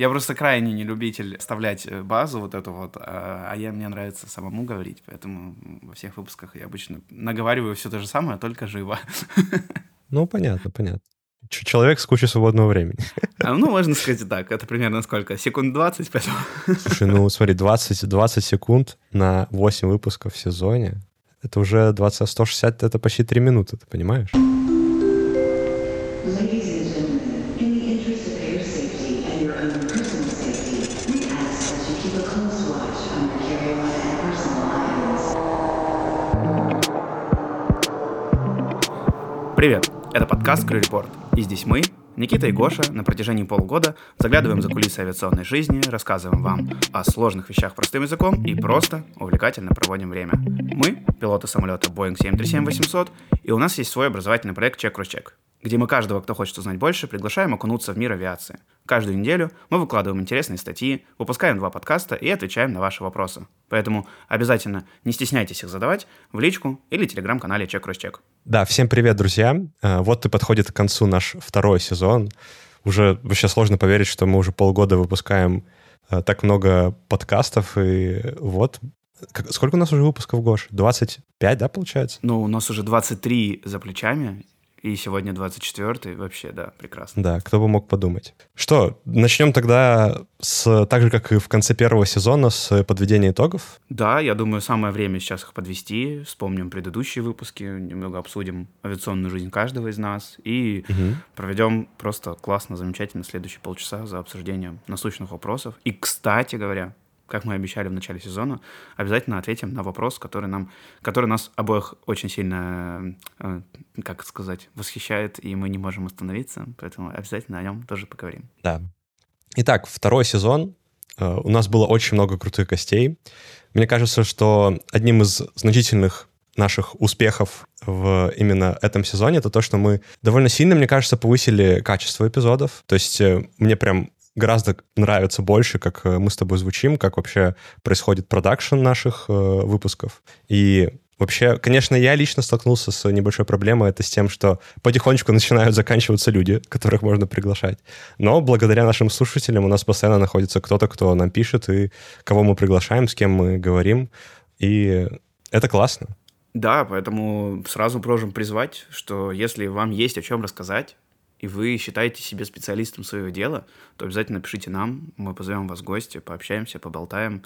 Я просто крайне не любитель вставлять базу вот эту вот, мне нравится самому говорить, поэтому во всех выпусках я обычно наговариваю все то же самое, только живо. Ну, понятно. Человек с кучей свободного времени. Можно сказать и так. Это примерно сколько? Секунд 20, поэтому... Слушай, смотри, 20 секунд на 8 выпусков в сезоне. Это уже 160, это почти 3 минуты, ты понимаешь? Привет, это подкаст Crew Report. И здесь мы, Никита и Гоша, на протяжении полугода заглядываем за кулисы авиационной жизни, рассказываем вам о сложных вещах простым языком и просто увлекательно проводим время. Мы — пилоты самолета Boeing 737-800, и у нас есть свой образовательный проект Check Cross Check, где мы каждого, кто хочет узнать больше, приглашаем окунуться в мир авиации. Каждую неделю мы выкладываем интересные статьи, выпускаем 2 подкаста и отвечаем на ваши вопросы. Поэтому обязательно не стесняйтесь их задавать в личку или телеграм-канале Check Cross Check. Да, всем привет, друзья. Вот и подходит к концу наш 2-й сезон. Уже вообще сложно поверить, что мы уже полгода выпускаем так много подкастов. И вот, сколько у нас уже выпусков, Гош? 25, да, получается? У нас уже 23 за плечами. И сегодня 24-й, вообще, да, прекрасно. Да, кто бы мог подумать. Что, начнем тогда так же, как и в конце 1-го сезона, с подведения итогов? Да, я думаю, самое время сейчас их подвести. Вспомним предыдущие выпуски, немного обсудим авиационную жизнь каждого из нас и проведем просто классно, замечательно следующие полчаса за обсуждением насущных вопросов. И, кстати говоря, как мы обещали в начале сезона, обязательно ответим на вопрос, который нас обоих очень сильно, восхищает, и мы не можем остановиться, поэтому обязательно о нем тоже поговорим. Да. Итак, 2-й сезон. У нас было очень много крутых гостей. Мне кажется, что одним из значительных наших успехов в именно этом сезоне это то, что мы довольно сильно, мне кажется, повысили качество эпизодов. То есть мне прям гораздо нравится больше, как мы с тобой звучим, как вообще происходит продакшн наших выпусков. И вообще, конечно, я лично столкнулся с небольшой проблемой, это с тем, что потихонечку начинают заканчиваться люди, которых можно приглашать. Но благодаря нашим слушателям у нас постоянно находится кто-то, кто нам пишет, и кого мы приглашаем, с кем мы говорим. И это классно. Да, поэтому сразу можем призвать, что если вам есть о чем рассказать, и вы считаете себя специалистом своего дела, то обязательно пишите нам, мы позовем вас в гости, пообщаемся, поболтаем.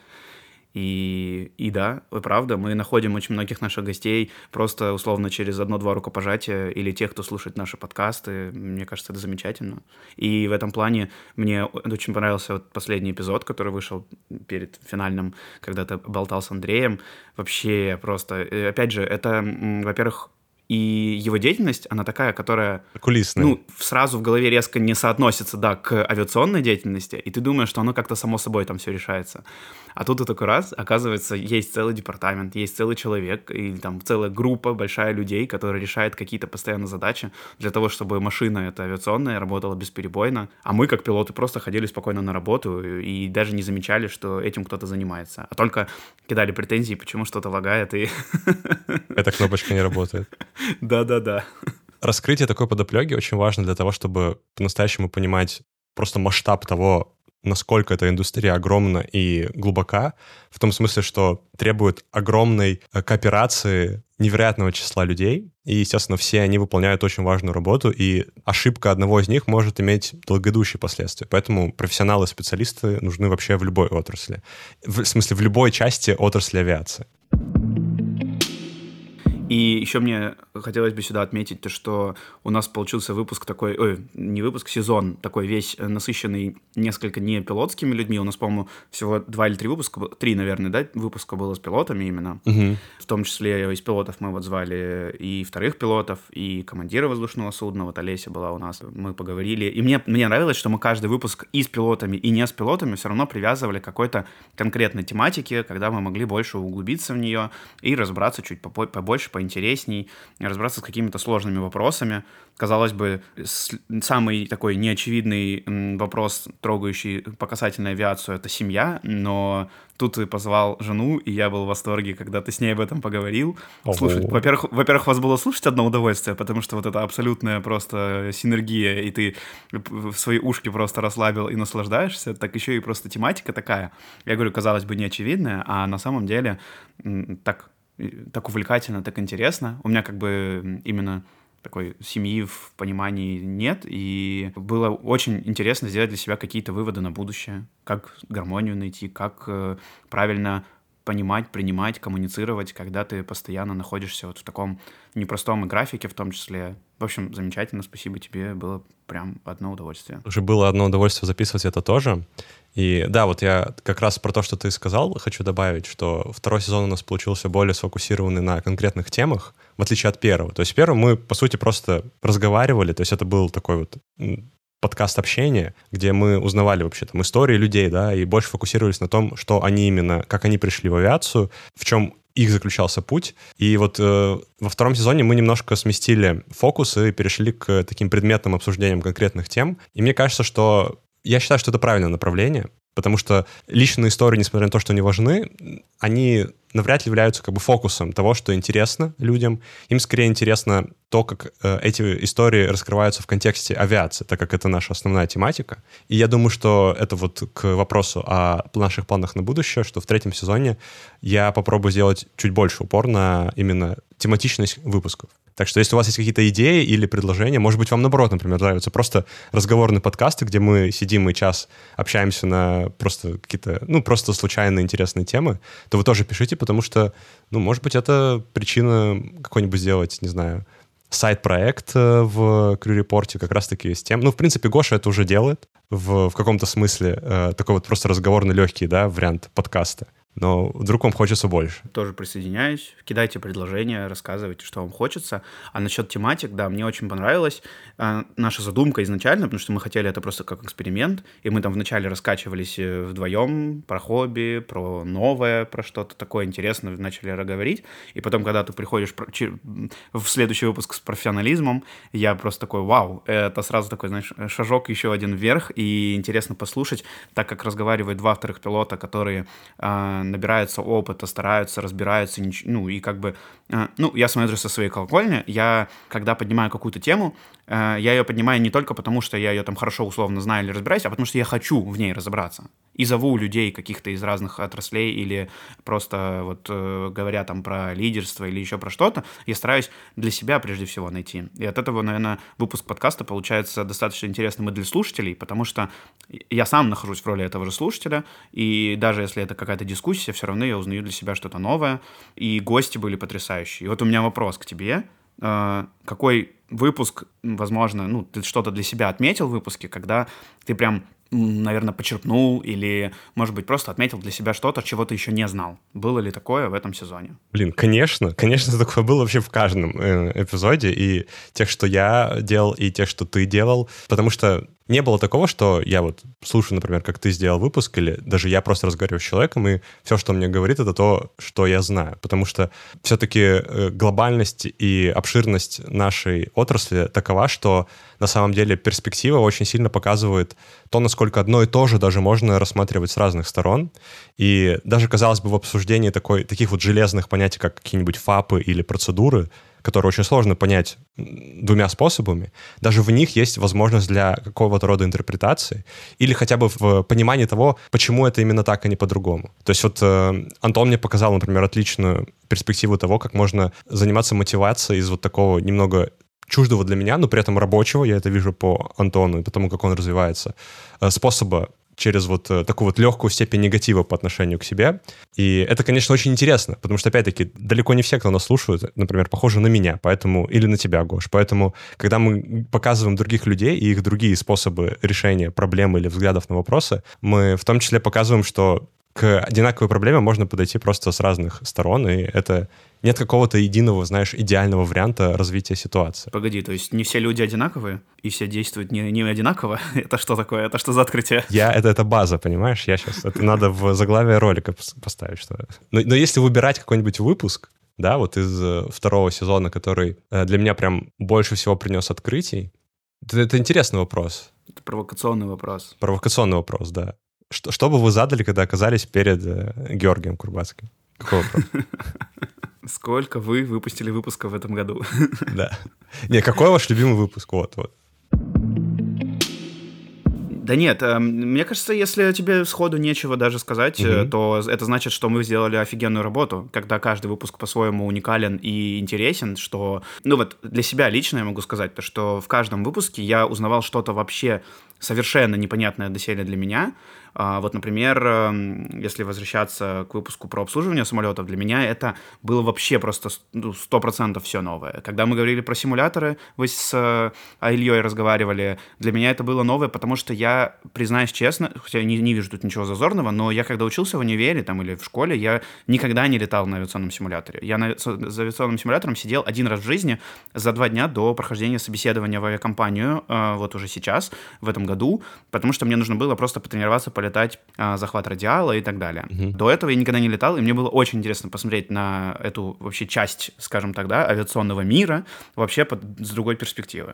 И да, правда, мы находим очень многих наших гостей просто условно через 1-2 рукопожатия или тех, кто слушает наши подкасты. Мне кажется, это замечательно. И в этом плане мне очень понравился вот последний эпизод, который вышел перед финальным, когда ты болтал с Андреем. Вообще просто, опять же, это, во-первых, и его деятельность, она такая, которая... Кулисная. Сразу в голове резко не соотносится, да, к авиационной деятельности, и ты думаешь, что оно как-то само собой там все решается. А тут и такой раз, оказывается, есть целый департамент, есть целый человек, и там целая группа большая людей, которые решают какие-то постоянно задачи для того, чтобы машина эта авиационная работала бесперебойно, а мы, как пилоты, просто ходили спокойно на работу и даже не замечали, что этим кто-то занимается, а только кидали претензии, почему что-то лагает, и... Эта кнопочка не работает. Да-да-да. Раскрытие такой подоплеки очень важно для того, чтобы по-настоящему понимать просто масштаб того, насколько эта индустрия огромна и глубока, в том смысле, что требует огромной кооперации невероятного числа людей, и, естественно, все они выполняют очень важную работу, и ошибка одного из них может иметь долгоидущие последствия. Поэтому профессионалы, специалисты нужны вообще в любой отрасли. В смысле, в любой части отрасли авиации. И еще мне хотелось бы сюда отметить то, что у нас получился выпуск такой, сезон такой весь насыщенный несколько не пилотскими людьми. У нас, по-моему, всего 2 или 3 выпуска, 3, наверное, да, выпуска было с пилотами именно. Угу. В том числе из пилотов мы вот звали и вторых пилотов, и командира воздушного судна, вот Олеся была у нас, мы поговорили. И мне нравилось, что мы каждый выпуск и с пилотами, и не с пилотами все равно привязывали к какой-то конкретной тематике, когда мы могли больше углубиться в нее и разобраться чуть побольше, поинтересней, разбираться с какими-то сложными вопросами. Казалось бы, самый такой неочевидный вопрос, трогающий по касательной авиацию, это семья, но тут ты позвал жену, и я был в восторге, когда ты с ней об этом поговорил. Слушать, во-первых, вас было слушать одно удовольствие, потому что вот это абсолютная просто синергия, и ты в свои ушки просто расслабил и наслаждаешься, так еще и просто тематика такая. Я говорю, казалось бы, неочевидная, а на самом деле так увлекательно, так интересно. У меня как бы именно такой семьи в понимании нет, и было очень интересно сделать для себя какие-то выводы на будущее, как гармонию найти, как правильно понимать, принимать, коммуницировать, когда ты постоянно находишься вот в таком непростом графике в том числе. В общем, замечательно, спасибо тебе, было прям одно удовольствие. Уже было одно удовольствие записывать это тоже. И да, вот я как раз про то, что ты сказал, хочу добавить, что второй сезон у нас получился более сфокусированный на конкретных темах, в отличие от первого. То есть в первом мы, по сути, просто разговаривали, то есть это был такой вот подкаст общения, где мы узнавали вообще там истории людей, да, и больше фокусировались на том, что они именно, как они пришли в авиацию, в чем их заключался путь. И вот во втором сезоне мы немножко сместили фокус и перешли к таким предметным обсуждениям конкретных тем. И мне кажется, что я считаю, что это правильное направление, потому что личные истории, несмотря на то, что они важны, они навряд ли являются как бы фокусом того, что интересно людям. Им скорее интересно то, как эти истории раскрываются в контексте авиации, так как это наша основная тематика. И я думаю, что это вот к вопросу о наших планах на будущее, что в третьем сезоне я попробую сделать чуть больше упор на именно тематичность выпусков. Так что если у вас есть какие-то идеи или предложения, может быть, вам наоборот, например, нравятся просто разговорные подкасты, где мы сидим и час общаемся на просто какие-то, просто случайные интересные темы, то вы тоже пишите, потому что, может быть, это причина какой-нибудь сделать, не знаю, сайт-проект в Crew Report как раз-таки с тем. В принципе, Гоша это уже делает в каком-то смысле. Такой вот просто разговорный легкий, да, вариант подкаста. Но вдруг вам хочется больше. Тоже присоединяюсь. Кидайте предложения, рассказывайте, что вам хочется. А насчет тематик, да, мне очень понравилась наша задумка изначально, потому что мы хотели это просто как эксперимент, и мы там вначале раскачивались вдвоем про хобби, про новое, про что-то такое интересное, начали говорить, и потом, когда ты приходишь в следующий выпуск с профессионализмом, я просто такой, вау, это сразу такой, знаешь, шажок еще один вверх, и интересно послушать, так как разговаривают два вторых пилота, которые набираются опыта, стараются, разбираются, и как бы, я смотрю со своей колокольни, я, когда поднимаю какую-то тему, я ее поднимаю не только потому, что я ее там хорошо условно знаю или разбираюсь, а потому что я хочу в ней разобраться. И зову людей каких-то из разных отраслей или просто вот говоря там про лидерство или еще про что-то, я стараюсь для себя прежде всего найти. И от этого, наверное, выпуск подкаста получается достаточно интересным и для слушателей, потому что я сам нахожусь в роли этого же слушателя, и даже если это какая-то дискуссия, все равно я узнаю для себя что-то новое, и гости были потрясающие. И вот у меня вопрос к тебе. Какой выпуск, возможно, ты что-то для себя отметил в выпуске, когда ты прям, наверное, почерпнул или, может быть, просто отметил для себя что-то, чего ты еще не знал? Было ли такое в этом сезоне? Конечно, такое было вообще в каждом эпизоде, и тех, что я делал, и тех, что ты делал, потому что не было такого, что я вот слушаю, например, как ты сделал выпуск, или даже я просто разговариваю с человеком, и все, что он мне говорит, это то, что я знаю. Потому что все-таки глобальность и обширность нашей отрасли такова, что на самом деле перспектива очень сильно показывает то, насколько одно и то же даже можно рассматривать с разных сторон. И даже, казалось бы, в обсуждении таких вот железных понятий, как какие-нибудь ФАПы или процедуры, которые очень сложно понять двумя способами, даже в них есть возможность для какого-то рода интерпретации или хотя бы в понимании того, почему это именно так, а не по-другому. То есть вот Антон мне показал, например, отличную перспективу того, как можно заниматься мотивацией из вот такого немного чуждого для меня, но при этом рабочего, я это вижу по Антону и потому, как он развивается, способа через вот такую вот легкую степень негатива по отношению к себе. И это, конечно, очень интересно, потому что, опять-таки, далеко не все, кто нас слушают, например, похожи на меня, поэтому или на тебя, Гош. Поэтому, когда мы показываем других людей и их другие способы решения проблем или взглядов на вопросы, мы в том числе показываем, что к одинаковой проблеме можно подойти просто с разных сторон, и это нет какого-то единого, знаешь, идеального варианта развития ситуации. Погоди, то есть не все люди одинаковые, и все действуют не одинаково? Это что такое? Это что за открытие? Это база, понимаешь? Я сейчас... Это надо в заглавие ролика поставить. Что... Но если выбирать какой-нибудь выпуск, да, вот из второго сезона, который для меня прям больше всего принес открытий? Это интересный вопрос. Это провокационный вопрос. Провокационный вопрос, да. Что бы вы задали, когда оказались перед Георгием Курбатским? Какой вопрос? Сколько вы выпустили выпусков в этом году? Да. Не, какой ваш любимый выпуск? Вот. Да нет, мне кажется, если тебе сходу нечего даже сказать, то это значит, что мы сделали офигенную работу, когда каждый выпуск по-своему уникален и интересен, что... Ну вот для себя лично я могу сказать, то, что в каждом выпуске я узнавал что-то вообще совершенно непонятное доселе для меня. Вот, например, если возвращаться к выпуску про обслуживание самолетов, для меня это было вообще просто 100% все новое. Когда мы говорили про симуляторы, вы с Ильей разговаривали, для меня это было новое, потому что я, признаюсь честно, хотя не вижу тут ничего зазорного, но я когда учился в универе там, или в школе, я никогда не летал на авиационном симуляторе. Я за авиационным симулятором сидел один раз в жизни за 2 дня до прохождения собеседования в авиакомпанию, вот уже сейчас, в этом году, потому что мне нужно было просто потренироваться полетать захват радиала и так далее. До этого я никогда не летал, и мне было очень интересно посмотреть на эту вообще часть, скажем так, да, авиационного мира вообще с другой перспективы.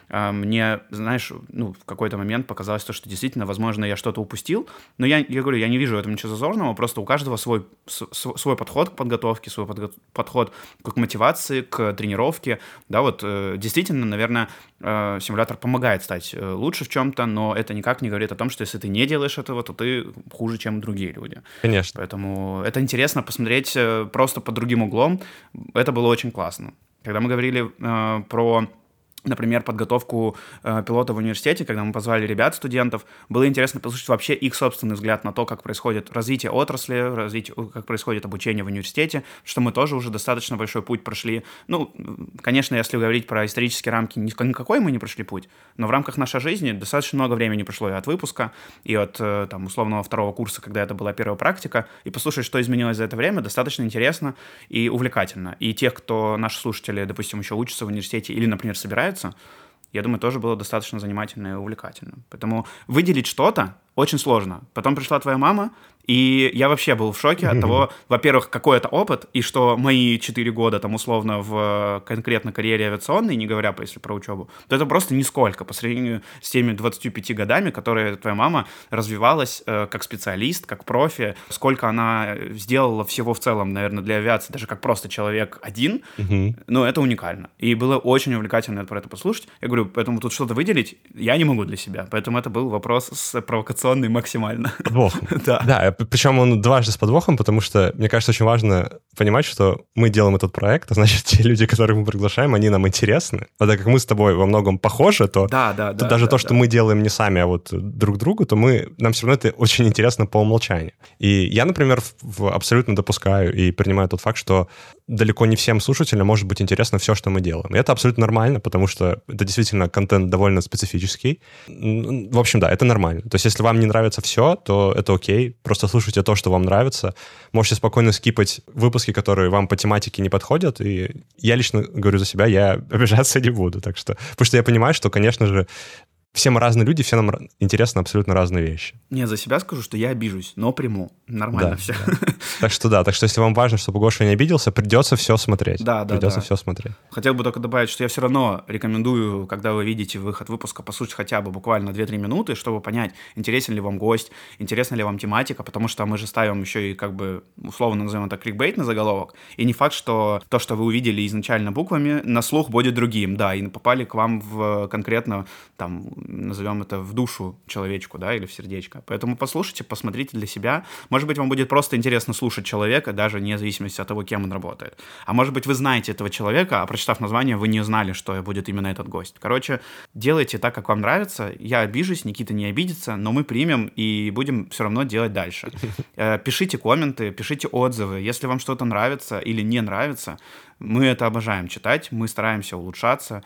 Мне, знаешь, в какой-то момент показалось то, что действительно, возможно, я что-то упустил, но я говорю, я не вижу в этом ничего зазорного, просто у каждого свой подход к подготовке, свой подход к мотивации, к тренировке, да, вот действительно, наверное, симулятор помогает стать лучше в чем-то, но это никак не говорит о том, что если ты не делаешь этого, то ты хуже, чем другие люди. Конечно. Поэтому это интересно посмотреть просто под другим углом. Это было очень классно. Когда мы говорили про, например, подготовку пилота в университете, когда мы позвали ребят, студентов, было интересно послушать вообще их собственный взгляд на то, как происходит развитие отрасли, как происходит обучение в университете, что мы тоже уже достаточно большой путь прошли. Ну, конечно, если говорить про исторические рамки, никакой мы не прошли путь, но в рамках нашей жизни достаточно много времени прошло и от выпуска, и от там, условного 2-го курса, когда это была первая практика, и послушать, что изменилось за это время, достаточно интересно и увлекательно. И тех, кто, наши слушатели, допустим, еще учатся в университете или, например, собираются, я думаю, тоже было достаточно занимательно и увлекательно. Поэтому выделить что-то очень сложно. Потом пришла твоя мама, и я вообще был в шоке от того, во-первых, какой это опыт, и что мои 4 года, там, условно, в конкретно карьере авиационной, не говоря, если про учебу, то это просто нисколько по сравнению с теми 25 годами, которые твоя мама развивалась как специалист, как профи, сколько она сделала всего в целом, наверное, для авиации, даже как просто человек один, ну, это уникально. И было очень увлекательно про это послушать. Я говорю, поэтому тут что-то выделить я не могу для себя, поэтому это был вопрос провокационный максимально. Подвохом. Да, причем он дважды с подвохом, потому что, мне кажется, очень важно понимать, что мы делаем этот проект, а значит, те люди, которых мы приглашаем, они нам интересны. А так как мы с тобой во многом похожи, то даже то, что мы делаем не сами, а вот друг другу, то нам все равно это очень интересно по умолчанию. И я, например, абсолютно допускаю и принимаю тот факт, что далеко не всем слушателям может быть интересно все, что мы делаем. И это абсолютно нормально, потому что это действительно контент довольно специфический. В общем, да, это нормально. То есть если вам не нравится все, то это окей. Просто слушайте то, что вам нравится. Можете спокойно скипать выпуски, которые вам по тематике не подходят. И я лично говорю за себя, я обижаться не буду. Потому что я понимаю, что, конечно же, все мы разные люди, все нам интересны абсолютно разные вещи. Не, за себя скажу, что я обижусь, но приму. Нормально все. Так что если вам важно, чтобы Гоша не обиделся, придется все смотреть. Придется все смотреть. Хотел бы только добавить, что я все равно рекомендую, когда вы видите выход выпуска, послушать хотя бы буквально 2-3 минуты, чтобы понять, интересен ли вам гость, интересна ли вам тематика, потому что мы же ставим еще и, как бы, условно назовем это, кликбейт на заголовок, и не факт, что то, что вы увидели изначально буквами, на слух будет другим, да, и попали к вам в конкретно, там, назовем это, в душу человечку, да, или в сердечко. Поэтому послушайте, посмотрите для себя. Может быть, вам будет просто интересно слушать человека, даже вне зависимости от того, кем он работает. А может быть, вы знаете этого человека, а прочитав название, вы не знали, что будет именно этот гость. Короче, делайте так, как вам нравится. Я обижусь, Никита не обидится, но мы примем и будем все равно делать дальше. Пишите комменты, пишите отзывы. Если вам что-то нравится или не нравится, мы это обожаем читать, мы стараемся улучшаться.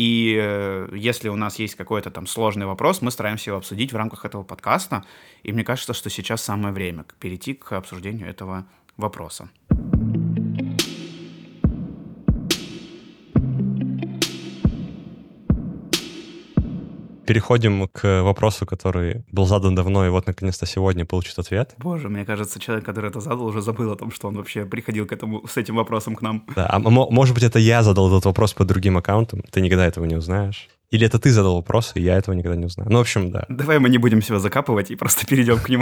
И если у нас есть какой-то там сложный вопрос, мы стараемся его обсудить в рамках этого подкаста. И мне кажется, что сейчас самое время перейти к обсуждению этого вопроса. переходим к вопросу, который был задан давно, и вот наконец-то сегодня получит ответ. Боже, мне кажется, человек, который это задал, уже забыл о том, что он вообще приходил с этим вопросом к нам. Да, может быть, это я задал этот вопрос по другим аккаунтам, ты никогда этого не узнаешь. Или это ты задал вопрос, и я этого никогда не узнаю. Ну, в общем, да. Давай мы не будем себя закапывать и просто перейдем к нему.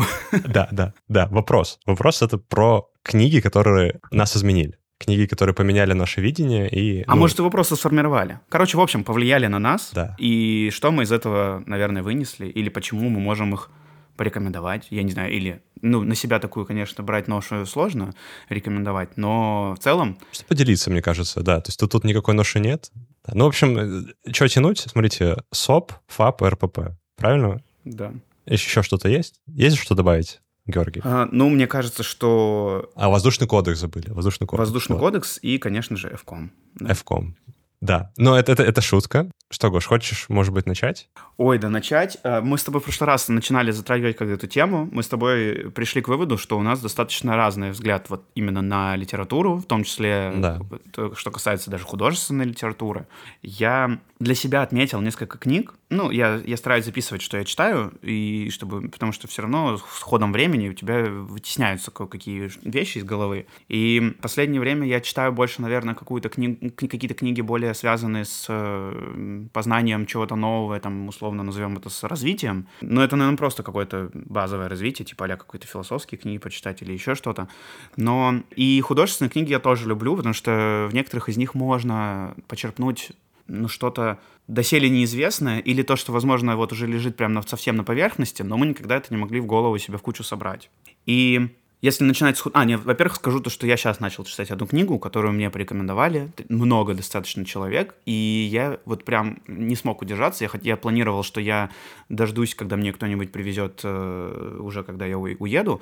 Да, вопрос. Вопрос — это про книги, которые нас изменили. Книги, которые поменяли наше видение и... может, его просто сформировали. Короче, в общем, повлияли на нас. Да. И что мы из этого, наверное, вынесли? Или почему мы можем их порекомендовать? Я не знаю, или... на себя такую, конечно, брать ношу сложно рекомендовать, но в целом... Что поделиться, мне кажется, да. То есть тут никакой ноши нет. Ну, в общем, что тянуть? Смотрите, СОП, ФАП, РПП. Правильно? Да. Еще что-то есть? Есть что добавить, Георгий? Мне кажется, что... Воздушный кодекс забыли. Воздушный кодекс и, конечно же, ФКОМ. Да. ФКОМ. Да. Но это шутка. Что, Гош, хочешь, может быть, начать? Ой, да начать. Мы с тобой в прошлый раз начинали затрагивать как эту тему. Мы с тобой пришли к выводу, что у нас достаточно разный взгляд вот именно на литературу, в том числе, то, что касается даже художественной литературы. Я для себя отметил несколько книг. Я стараюсь записывать, что я читаю, потому что все равно с ходом времени у тебя вытесняются какие вещи из головы. И в последнее время я читаю больше, наверное, какие-то книги более связанные с познанием чего-то нового, там, условно назовем это с развитием. Но это, наверное, просто какое-то базовое развитие, типа а-ля какой-то философские книги почитать или еще что-то. Но и художественные книги я тоже люблю, потому что в некоторых из них можно почерпнуть что-то доселе неизвестное, или то, что, возможно, вот уже лежит прямо совсем на поверхности, но мы никогда это не могли в голову себе в кучу собрать. И если начинать с... во-первых, скажу то, что я сейчас начал читать одну книгу, которую мне порекомендовали, много достаточно человек, и я вот прям не смог удержаться. Я планировал, что я дождусь, когда мне кто-нибудь привезет уже, когда я уеду,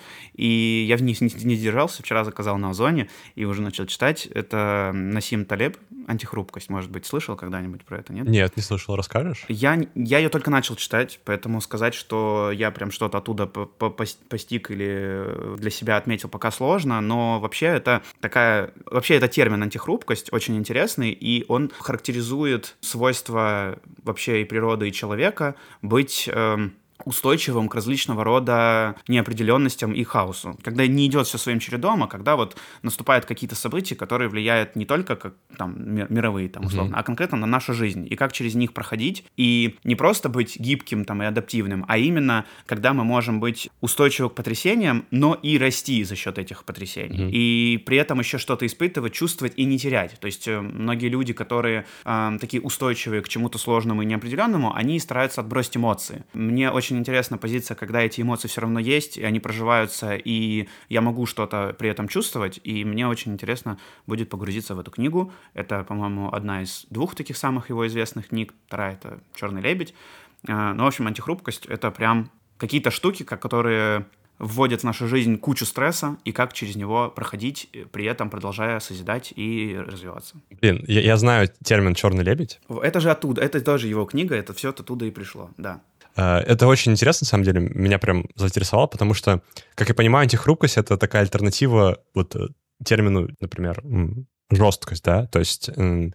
и я не держался, вчера заказал на Озоне и уже начал читать. Это Насим Талеб «Антихрупкость». Может быть, слышал когда-нибудь про это, нет? Нет, не слышал. Расскажешь? Я ее только начал читать, поэтому сказать, что я прям что-то оттуда постиг или для себя отметил, пока сложно, но вообще это термин антихрупкость очень интересный, и он характеризует свойства вообще и природы, и человека быть устойчивым к различного рода неопределенностям и хаосу. Когда не идет все своим чередом, а когда вот наступают какие-то события, которые влияют не только как там мировые, там, условно, а конкретно на нашу жизнь, и как через них проходить, и не просто быть гибким там, и адаптивным, а именно, когда мы можем быть устойчивы к потрясениям, но и расти за счет этих потрясений. И при этом еще что-то испытывать, чувствовать и не терять. То есть многие люди, которые такие устойчивые к чему-то сложному и неопределенному, они стараются отбросить эмоции. Мне очень интересна позиция, когда эти эмоции все равно есть, и они проживаются, и я могу что-то при этом чувствовать, и мне очень интересно будет погрузиться в эту книгу. Это, по-моему, одна из 2 таких самых его известных книг, вторая — это «Черный лебедь». В общем, антихрупкость — это прям какие-то штуки, которые вводят в нашу жизнь кучу стресса, и как через него проходить, при этом продолжая созидать и развиваться. Блин, я знаю термин «черный лебедь». Это же оттуда, это тоже его книга, это все оттуда и пришло, да. Это очень интересно, на самом деле, меня прям заинтересовало, потому что, как я понимаю, антихрупкость — это такая альтернатива вот термину, например, жесткость, да, то есть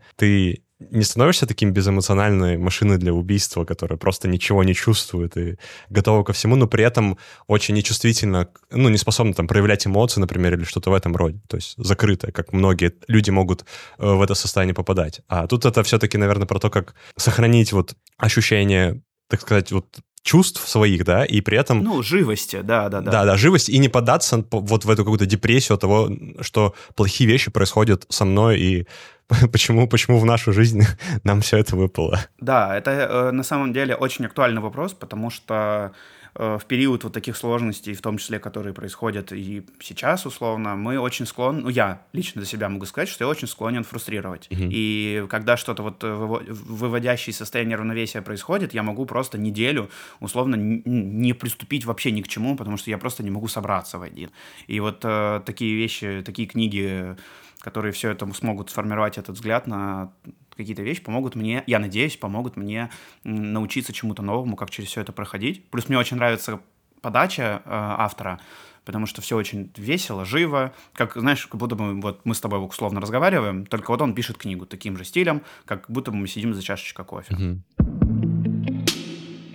ты не становишься таким безэмоциональной машиной для убийства, которая просто ничего не чувствует и готова ко всему, но при этом очень нечувствительно, не способна там проявлять эмоции, например, или что-то в этом роде, то есть закрытая, как многие люди могут в это состояние попадать. А тут это все-таки, наверное, про то, как сохранить вот ощущение, так сказать, вот чувств своих, да, и при этом... живости, да. Да, живость, и не поддаться вот в эту какую-то депрессию от того, что плохие вещи происходят со мной, и почему в нашу жизнь нам все это выпало. Да, это на самом деле очень актуальный вопрос, потому что в период вот таких сложностей, в том числе, которые происходят и сейчас, условно, мы очень склонны, я лично за себя могу сказать, что я очень склонен фрустрировать. И когда что-то вот выводящее состояние равновесия происходит, я могу просто неделю, условно, не приступить вообще ни к чему, потому что я просто не могу собраться в один. И вот такие вещи, такие книги, которые все это смогут сформировать этот взгляд на какие-то вещи, помогут мне, я надеюсь, помогут мне научиться чему-то новому, как через все это проходить. Плюс мне очень нравится подача автора, потому что все очень весело, живо, как, знаешь, как будто бы вот мы с тобой условно разговариваем, только вот он пишет книгу таким же стилем, как будто бы мы сидим за чашечкой кофе.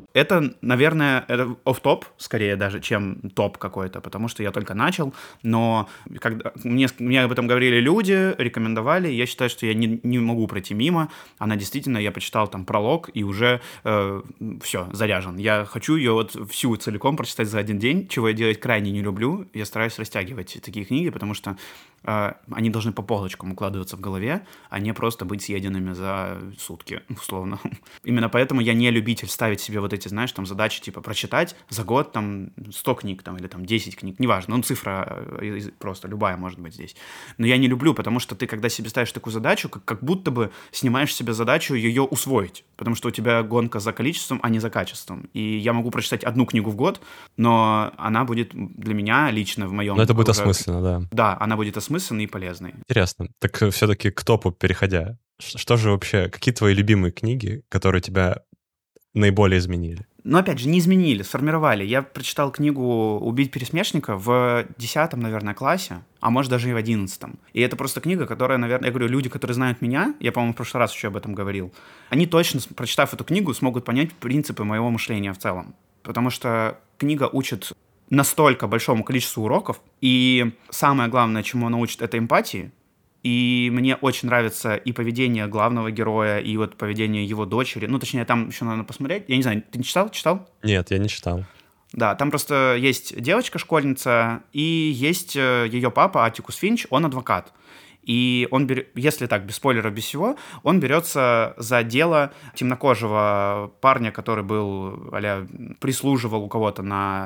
Это, наверное, это офф-топ, скорее даже, чем топ какой-то, потому что я только начал, но когда мне об этом говорили люди, рекомендовали, я считаю, что я не могу пройти мимо. Она действительно, я почитал там пролог и уже все, заряжен. Я хочу ее вот всю целиком прочитать за один день, чего я делать крайне не люблю. Я стараюсь растягивать такие книги, потому что они должны по полочкам укладываться в голове, а не просто быть съеденными за сутки, условно. Именно поэтому я не любитель ставить себе вот эти, знаешь, там задачи, типа, прочитать за год там 100 книг там, или там 10 книг, неважно, ну, цифра просто любая может быть здесь. Но я не люблю, потому что ты, когда себе ставишь такую задачу, как будто бы снимаешь себе задачу ее усвоить, потому что у тебя гонка за количеством, а не за качеством. И я могу прочитать одну книгу в год, но она будет для меня лично в моем... Но это будет осмысленно, да. Да, она будет осмысленной и полезной. Интересно. Так все-таки к топу переходя, что же вообще, какие твои любимые книги, которые тебя наиболее изменили? Но опять же, не изменили, сформировали. Я прочитал книгу «Убить пересмешника» в 10, наверное, классе, а может даже и в 11. И это просто книга, которая, наверное, я говорю, люди, которые знают меня, я, по-моему, в прошлый раз еще об этом говорил, они точно, прочитав эту книгу, смогут понять принципы моего мышления в целом. Потому что книга учит настолько большому количеству уроков, и самое главное, чему она учит, это эмпатии. И мне очень нравится и поведение главного героя, и вот поведение его дочери. Ну, точнее, там еще надо посмотреть. Я не знаю, ты не читал? Читал? Нет, я не читал. Да, там просто есть девочка-школьница, и есть ее папа, Аттикус Финч, он адвокат. И он, если так, без спойлеров, без всего, он берется за дело темнокожего парня, который был, прислуживал у кого-то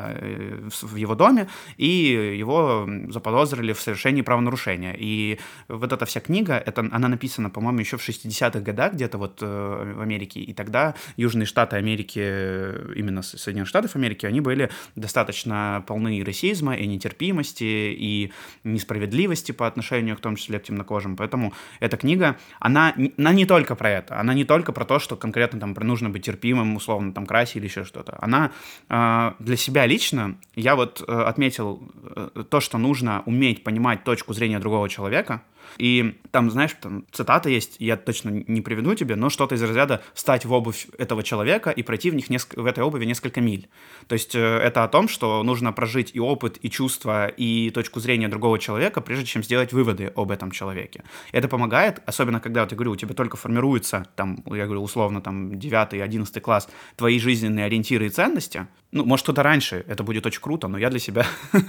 в его доме, и его заподозрили в совершении правонарушения. И вот эта вся книга, она написана, по-моему, еще в 60-х годах где-то вот в Америке, и тогда Южные Штаты Америки, именно Соединенных Штатов Америки, они были достаточно полны и расизма, и нетерпимости, и несправедливости по отношению, в том числе, к темнокожим. Поэтому эта книга, она не только про это, она не только про то, что конкретно там нужно быть терпимым, условно, там, к расе или еще что-то. Она для себя лично, я вот отметил то, что нужно уметь понимать точку зрения другого человека. И там, знаешь, там цитата есть, я точно не приведу тебе, но что-то из разряда «встать в обувь этого человека и пройти в этой обуви несколько миль». То есть это о том, что нужно прожить и опыт, и чувства, и точку зрения другого человека, прежде чем сделать выводы об этом человеке. Это помогает, особенно когда, вот я говорю, у тебя только формируются, там, я говорю, условно, там, 9-11 класс, твои жизненные ориентиры и ценности. Ну, может, кто-то раньше, это будет очень круто, но я для себя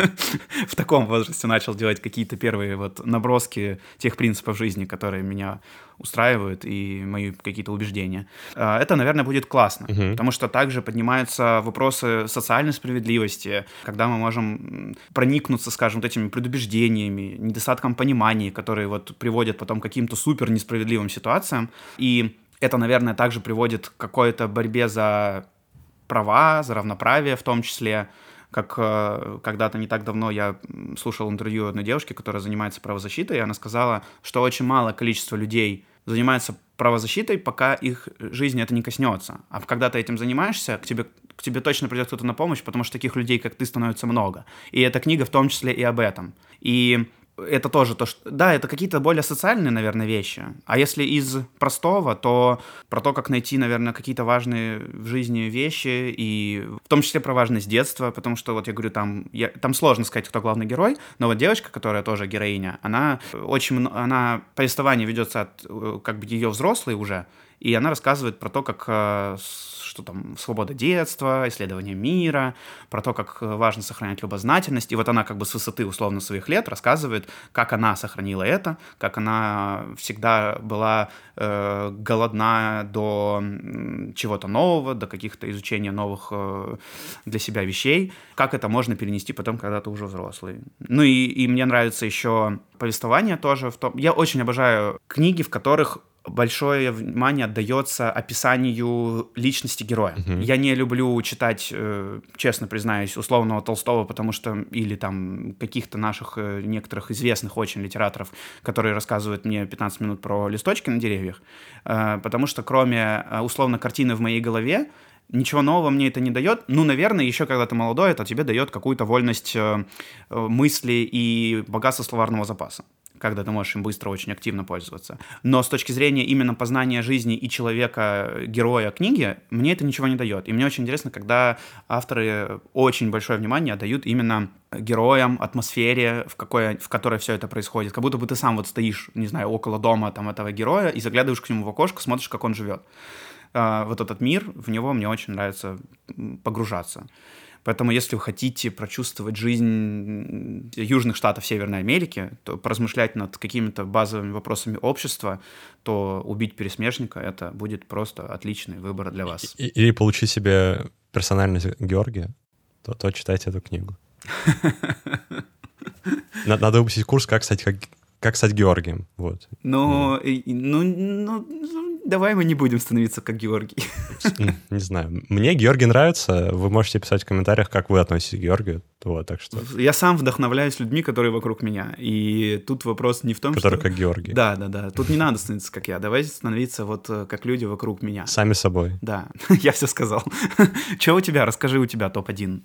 в таком возрасте начал делать какие-то первые вот наброски тех принципов жизни, которые меня устраивают, и мои какие-то убеждения. Это, наверное, будет классно, потому что также поднимаются вопросы социальной справедливости, когда мы можем проникнуться, скажем, вот этими предубеждениями, недостатком понимания, которые вот приводят потом к каким-то супер несправедливым ситуациям. И это, наверное, также приводит к какой-то борьбе за права, за равноправие в том числе. Как когда-то не так давно я слушал интервью одной девушки, которая занимается правозащитой, и она сказала, что очень малое количество людей занимается правозащитой, пока их жизни это не коснется. А когда ты этим занимаешься, к тебе точно придет кто-то на помощь, потому что таких людей, как ты, становится много. И эта книга в том числе и об этом. И это тоже то, что... Да, это какие-то более социальные, наверное, вещи. А если из простого, то про то, как найти, наверное, какие-то важные в жизни вещи, и в том числе про важность детства, потому что, вот я говорю, там сложно сказать, кто главный герой, но вот девочка, которая тоже героиня, она повествование ведется от, как бы, ее взрослой уже, и она рассказывает про то, как что там свобода детства, исследование мира, про то, как важно сохранять любознательность. И вот она как бы с высоты условно своих лет рассказывает, как она сохранила это, как она всегда была голодна до чего-то нового, до каких-то изучения новых для себя вещей, как это можно перенести потом, когда ты уже взрослый. Ну и мне нравится еще повествование тоже. Я очень обожаю книги, в которых большое внимание отдается описанию личности героя. Я не люблю читать, честно признаюсь, условного Толстого, потому что или там каких-то наших некоторых известных очень литераторов, которые рассказывают мне 15 минут про листочки на деревьях, потому что кроме условно картины в моей голове, ничего нового мне это не дает. Ну, наверное, еще когда ты молодой, это тебе дает какую-то вольность мысли и богатство словарного запаса. когда ты можешь им быстро, очень активно пользоваться. Но с точки зрения именно познания жизни и человека, героя книги, мне это ничего не дает. И мне очень интересно, когда авторы очень большое внимание дают именно героям, атмосфере, в которой все это происходит. Как будто бы ты сам вот стоишь, не знаю, около дома там этого героя и заглядываешь к нему в окошко, смотришь, как он живет. Вот этот мир, в него мне очень нравится погружаться. Поэтому, если вы хотите прочувствовать жизнь Южных Штатов Северной Америки, то поразмышлять над какими-то базовыми вопросами общества, то «Убить пересмешника» — это будет просто отличный выбор для вас. Или получить себе персональность Георгия, то читайте эту книгу. Надо выпустить курс «Как стать Георгием». Вот. Ну, давай мы не будем становиться как Георгий. Не знаю. Мне Георгий нравится. Вы можете писать в комментариях, как вы относитесь к Георгию. Вот, так что... Я сам вдохновляюсь людьми, которые вокруг меня. И тут вопрос не в том, которые как Георгий. Да. Тут не надо становиться как я. Давайте становиться вот как люди вокруг меня. Сами собой. Да, я все сказал. Что у тебя? Расскажи, у тебя топ-1.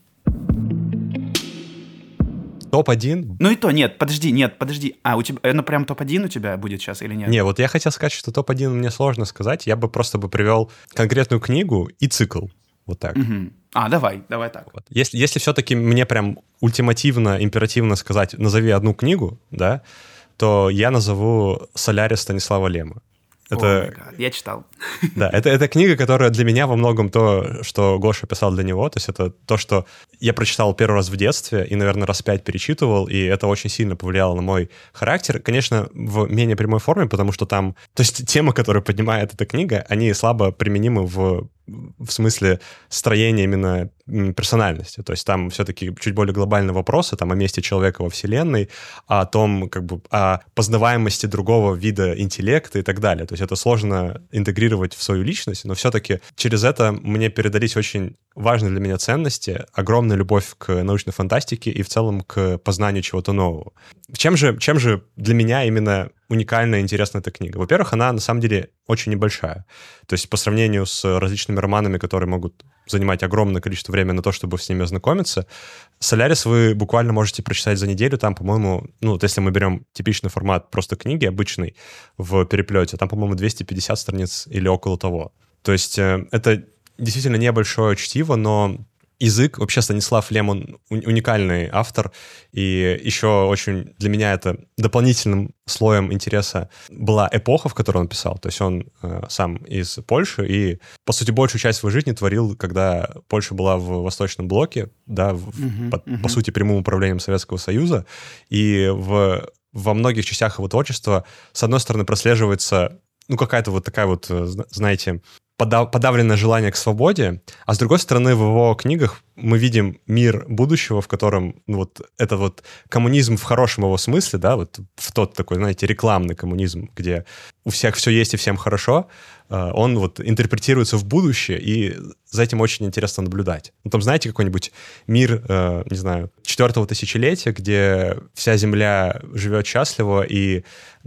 Топ-1? Ну и то, нет, подожди. А, у тебя, ну прям топ-1 у тебя будет сейчас или нет? Не, вот я хотел сказать, что топ-1 мне сложно сказать. Я бы просто привел конкретную книгу и цикл. Вот так. Угу. Давай так. Вот. Если все-таки мне прям ультимативно, императивно сказать, назови одну книгу, да, то я назову «Солярис» Станислава Лема. Это, я читал. Да, это книга, которая для меня во многом то, что Гоша писал для него. То есть это то, что я прочитал первый раз в детстве и, наверное, раз 5 перечитывал, и это очень сильно повлияло на мой характер. Конечно, в менее прямой форме, потому что там... То есть темы, которые поднимает эта книга, они слабо применимы в смысле строения именно персональности. То есть там все-таки чуть более глобальные вопросы, там о месте человека во Вселенной, о том, как бы, о познаваемости другого вида интеллекта и так далее. То есть это сложно интегрировать в свою личность, но все-таки через это мне передались очень важные для меня ценности, огромная любовь к научной фантастике и в целом к познанию чего-то нового. Чем же для меня именно уникальна и интересна эта книга? Во-первых, она на самом деле очень небольшая. То есть по сравнению с различными романами, которые могут занимать огромное количество времени на то, чтобы с ними ознакомиться, «Солярис» вы буквально можете прочитать за неделю. Там, по-моему, вот если мы берем типичный формат просто книги, обычный, в переплете, там, по-моему, 250 страниц или около того. То есть это действительно небольшое чтиво, но язык, вообще Станислав Лем, он уникальный автор, и еще очень для меня это дополнительным слоем интереса была эпоха, в которой он писал. То есть он сам из Польши, и, по сути, большую часть своей жизни творил, когда Польша была в Восточном блоке, да, по сути, прямым управлением Советского Союза, и во многих частях его творчества, с одной стороны, прослеживается, какая-то вот такая вот, знаете, подавленное желание к свободе, а с другой стороны, в его книгах мы видим мир будущего, в котором это вот коммунизм в хорошем его смысле, да, вот в тот такой, знаете, рекламный коммунизм, где у всех все есть и всем хорошо, он вот интерпретируется в будущее, и за этим очень интересно наблюдать. Там, знаете, какой-нибудь мир, не знаю, 4-го тысячелетия, где вся Земля живет счастливо, и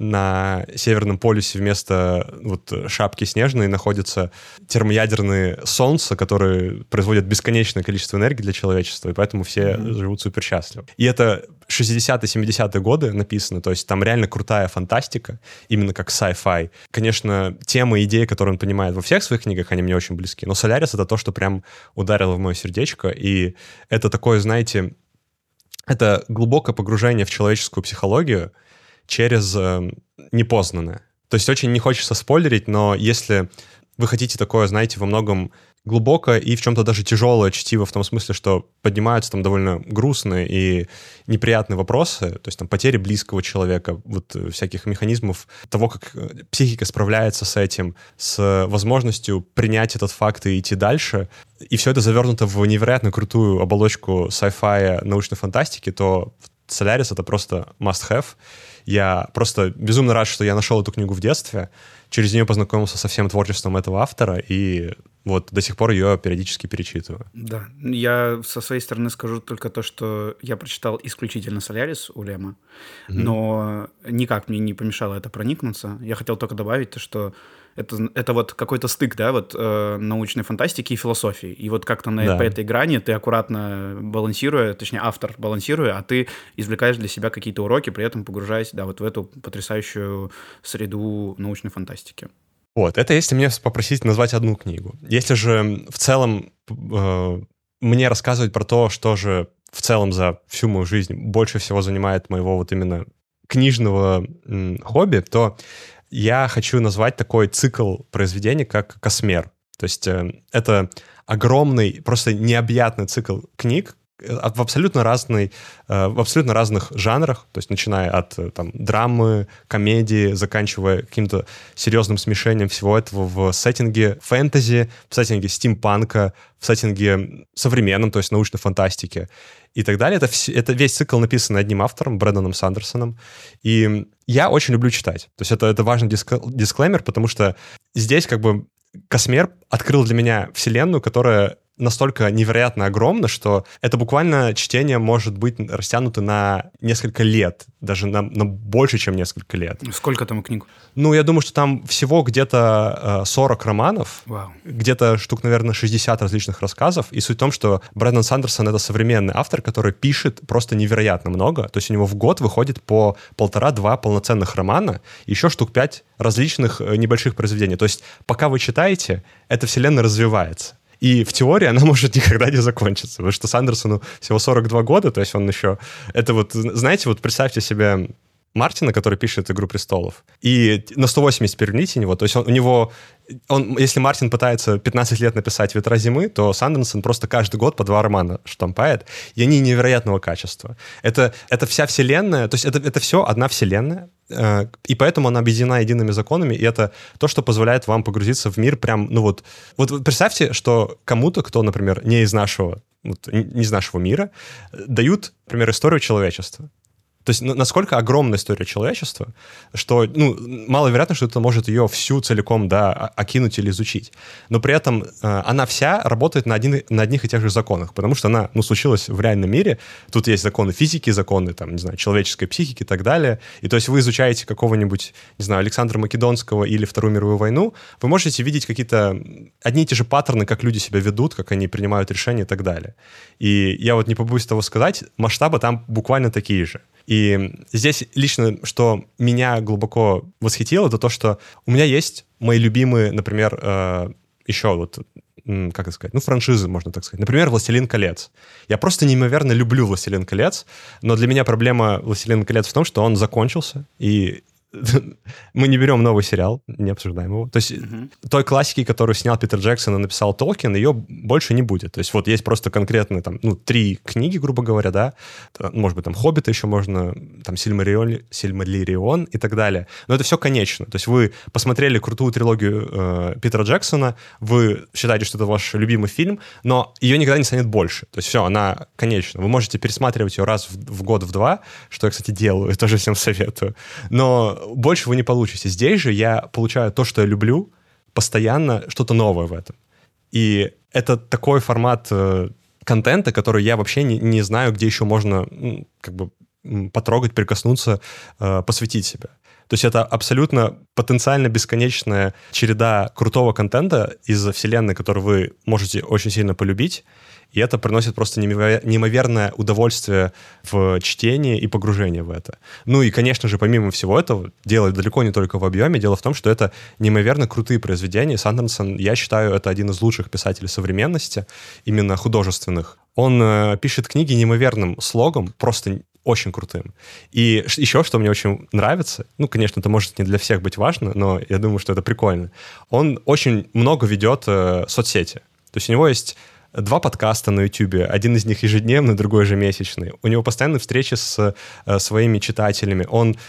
на Северном полюсе вместо шапки снежной находятся термоядерные солнца, которые производят бесконечное количество энергии для человечества, и поэтому все живут супер счастливо. И это 60-е, 70-е годы написано, то есть там реально крутая фантастика, именно как sci-fi. Конечно, темы и идеи, которые он понимает во всех своих книгах, они мне очень близки, но «Солярис» — это то, что прям ударило в мое сердечко, и это такое, знаете, это глубокое погружение в человеческую психологию через непознанное. То есть очень не хочется спойлерить, но если вы хотите такое, знаете, во многом глубокое и в чем-то даже тяжелое чтиво, в том смысле, что поднимаются там довольно грустные и неприятные вопросы, то есть там потери близкого человека, всяких механизмов того, как психика справляется с этим, с возможностью принять этот факт и идти дальше, и все это завернуто в невероятно крутую оболочку sci-fi научной фантастики, то «Солярис» — это просто must-have. Я просто безумно рад, что я нашел эту книгу в детстве, через нее познакомился со всем творчеством этого автора, и вот до сих пор ее периодически перечитываю. Да, я со своей стороны скажу только то, что я прочитал исключительно «Солярис» у Лема, но никак мне не помешало это проникнуться. Я хотел только добавить то, что это вот какой-то стык, да, вот научной фантастики и философии. И вот как-то по этой грани ты аккуратно балансируя, точнее, автор балансируя, а ты извлекаешь для себя какие-то уроки, при этом погружаясь, да, вот в эту потрясающую среду научной фантастики. Вот, это если меня попросить назвать одну книгу. Если же в целом мне рассказывать про то, что же в целом за всю мою жизнь больше всего занимает моего вот именно книжного хобби, то я хочу назвать такой цикл произведений, как «Космер». То есть это огромный, просто необъятный цикл книг, в абсолютно разных жанрах, то есть начиная от там, драмы, комедии, заканчивая каким-то серьезным смешением всего этого в сеттинге фэнтези, в сеттинге стимпанка, в сеттинге современном, то есть научной фантастики и так далее. Это весь цикл написан одним автором, Брэндоном Сандерсоном, и я очень люблю читать. То есть это важный дисклеймер, потому что здесь как бы «Космер» открыл для меня вселенную, которая настолько невероятно огромно, что это буквально чтение может быть растянуто на несколько лет, даже на больше, чем несколько лет. Сколько там книг? Ну, я думаю, что там всего где-то 40 романов, где-то штук, наверное, 60 различных рассказов, и суть в том, что Брэндон Сандерсон — это современный автор, который пишет просто невероятно много, то есть у него в год выходит по 1,5-2 полноценных романа, еще штук 5 различных небольших произведений. То есть пока вы читаете, эта вселенная развивается. И в теории она может никогда не закончиться, потому что Сандерсону всего 42 года, то есть он еще... Это вот, знаете, вот представьте себе Мартина, который пишет «Игру престолов», и на 180 переверните него, то есть если Мартин пытается 15 лет написать «Ветра зимы», то Сандерсон просто каждый год по 2 романа штампает, и они невероятного качества. Это вся вселенная, то есть это все одна вселенная, и поэтому она объединена едиными законами, и это то, что позволяет вам погрузиться в мир прям, ну вот представьте, что кому-то, кто, например, не из нашего мира, дают, например, историю человечества. То есть насколько огромная история человечества, что маловероятно, что это может ее всю целиком окинуть или изучить. Но при этом она вся работает на одних и тех же законах, потому что она случилась в реальном мире. Тут есть законы физики, законы там, не знаю, человеческой психики и так далее. И то есть вы изучаете какого-нибудь, не знаю, Александра Македонского или Вторую мировую войну, вы можете видеть какие-то одни и те же паттерны, как люди себя ведут, как они принимают решения и так далее. И я вот не побоюсь того сказать, масштабы там буквально такие же. И здесь лично, что меня глубоко восхитило, это то, что у меня есть мои любимые, например, еще вот, как это сказать, франшизы, можно так сказать. Например, «Властелин колец». Я просто неимоверно люблю «Властелин колец», но для меня проблема «Властелин колец» в том, что он закончился, и мы не берем новый сериал, не обсуждаем его. То есть той классики, которую снял Питер Джексон и написал Толкин, ее больше не будет. То есть вот есть просто конкретные там, 3 книги, грубо говоря, да, может быть, там «Хоббита» еще можно, там «Сильмариллион» и так далее. Но это все конечно. То есть вы посмотрели крутую трилогию Питера Джексона, вы считаете, что это ваш любимый фильм, но ее никогда не станет больше. То есть все, она конечна. Вы можете пересматривать ее раз в год, в 2, что я, кстати, делаю, и тоже всем советую. Но больше вы не получите. Здесь же я получаю то, что я люблю, постоянно что-то новое в этом. И это такой формат контента, который я вообще не знаю, где еще можно потрогать, прикоснуться, посвятить себя. То есть это абсолютно потенциально бесконечная череда крутого контента из вселенной, которую вы можете очень сильно полюбить, и это приносит просто неимоверное удовольствие в чтении и погружении в это. Ну и, конечно же, помимо всего этого, дело далеко не только в объеме, дело в том, что это неимоверно крутые произведения. Сандерсон, я считаю, это один из лучших писателей современности, именно художественных. Он пишет книги неимоверным слогом, просто очень крутым. И еще, что мне очень нравится, конечно, это может не для всех быть важно, но я думаю, что это прикольно, он очень много ведет соцсети. То есть у него есть 2 подкаста на YouTube, один из них ежедневный, другой ежемесячный. У него постоянные встречи с своими читателями.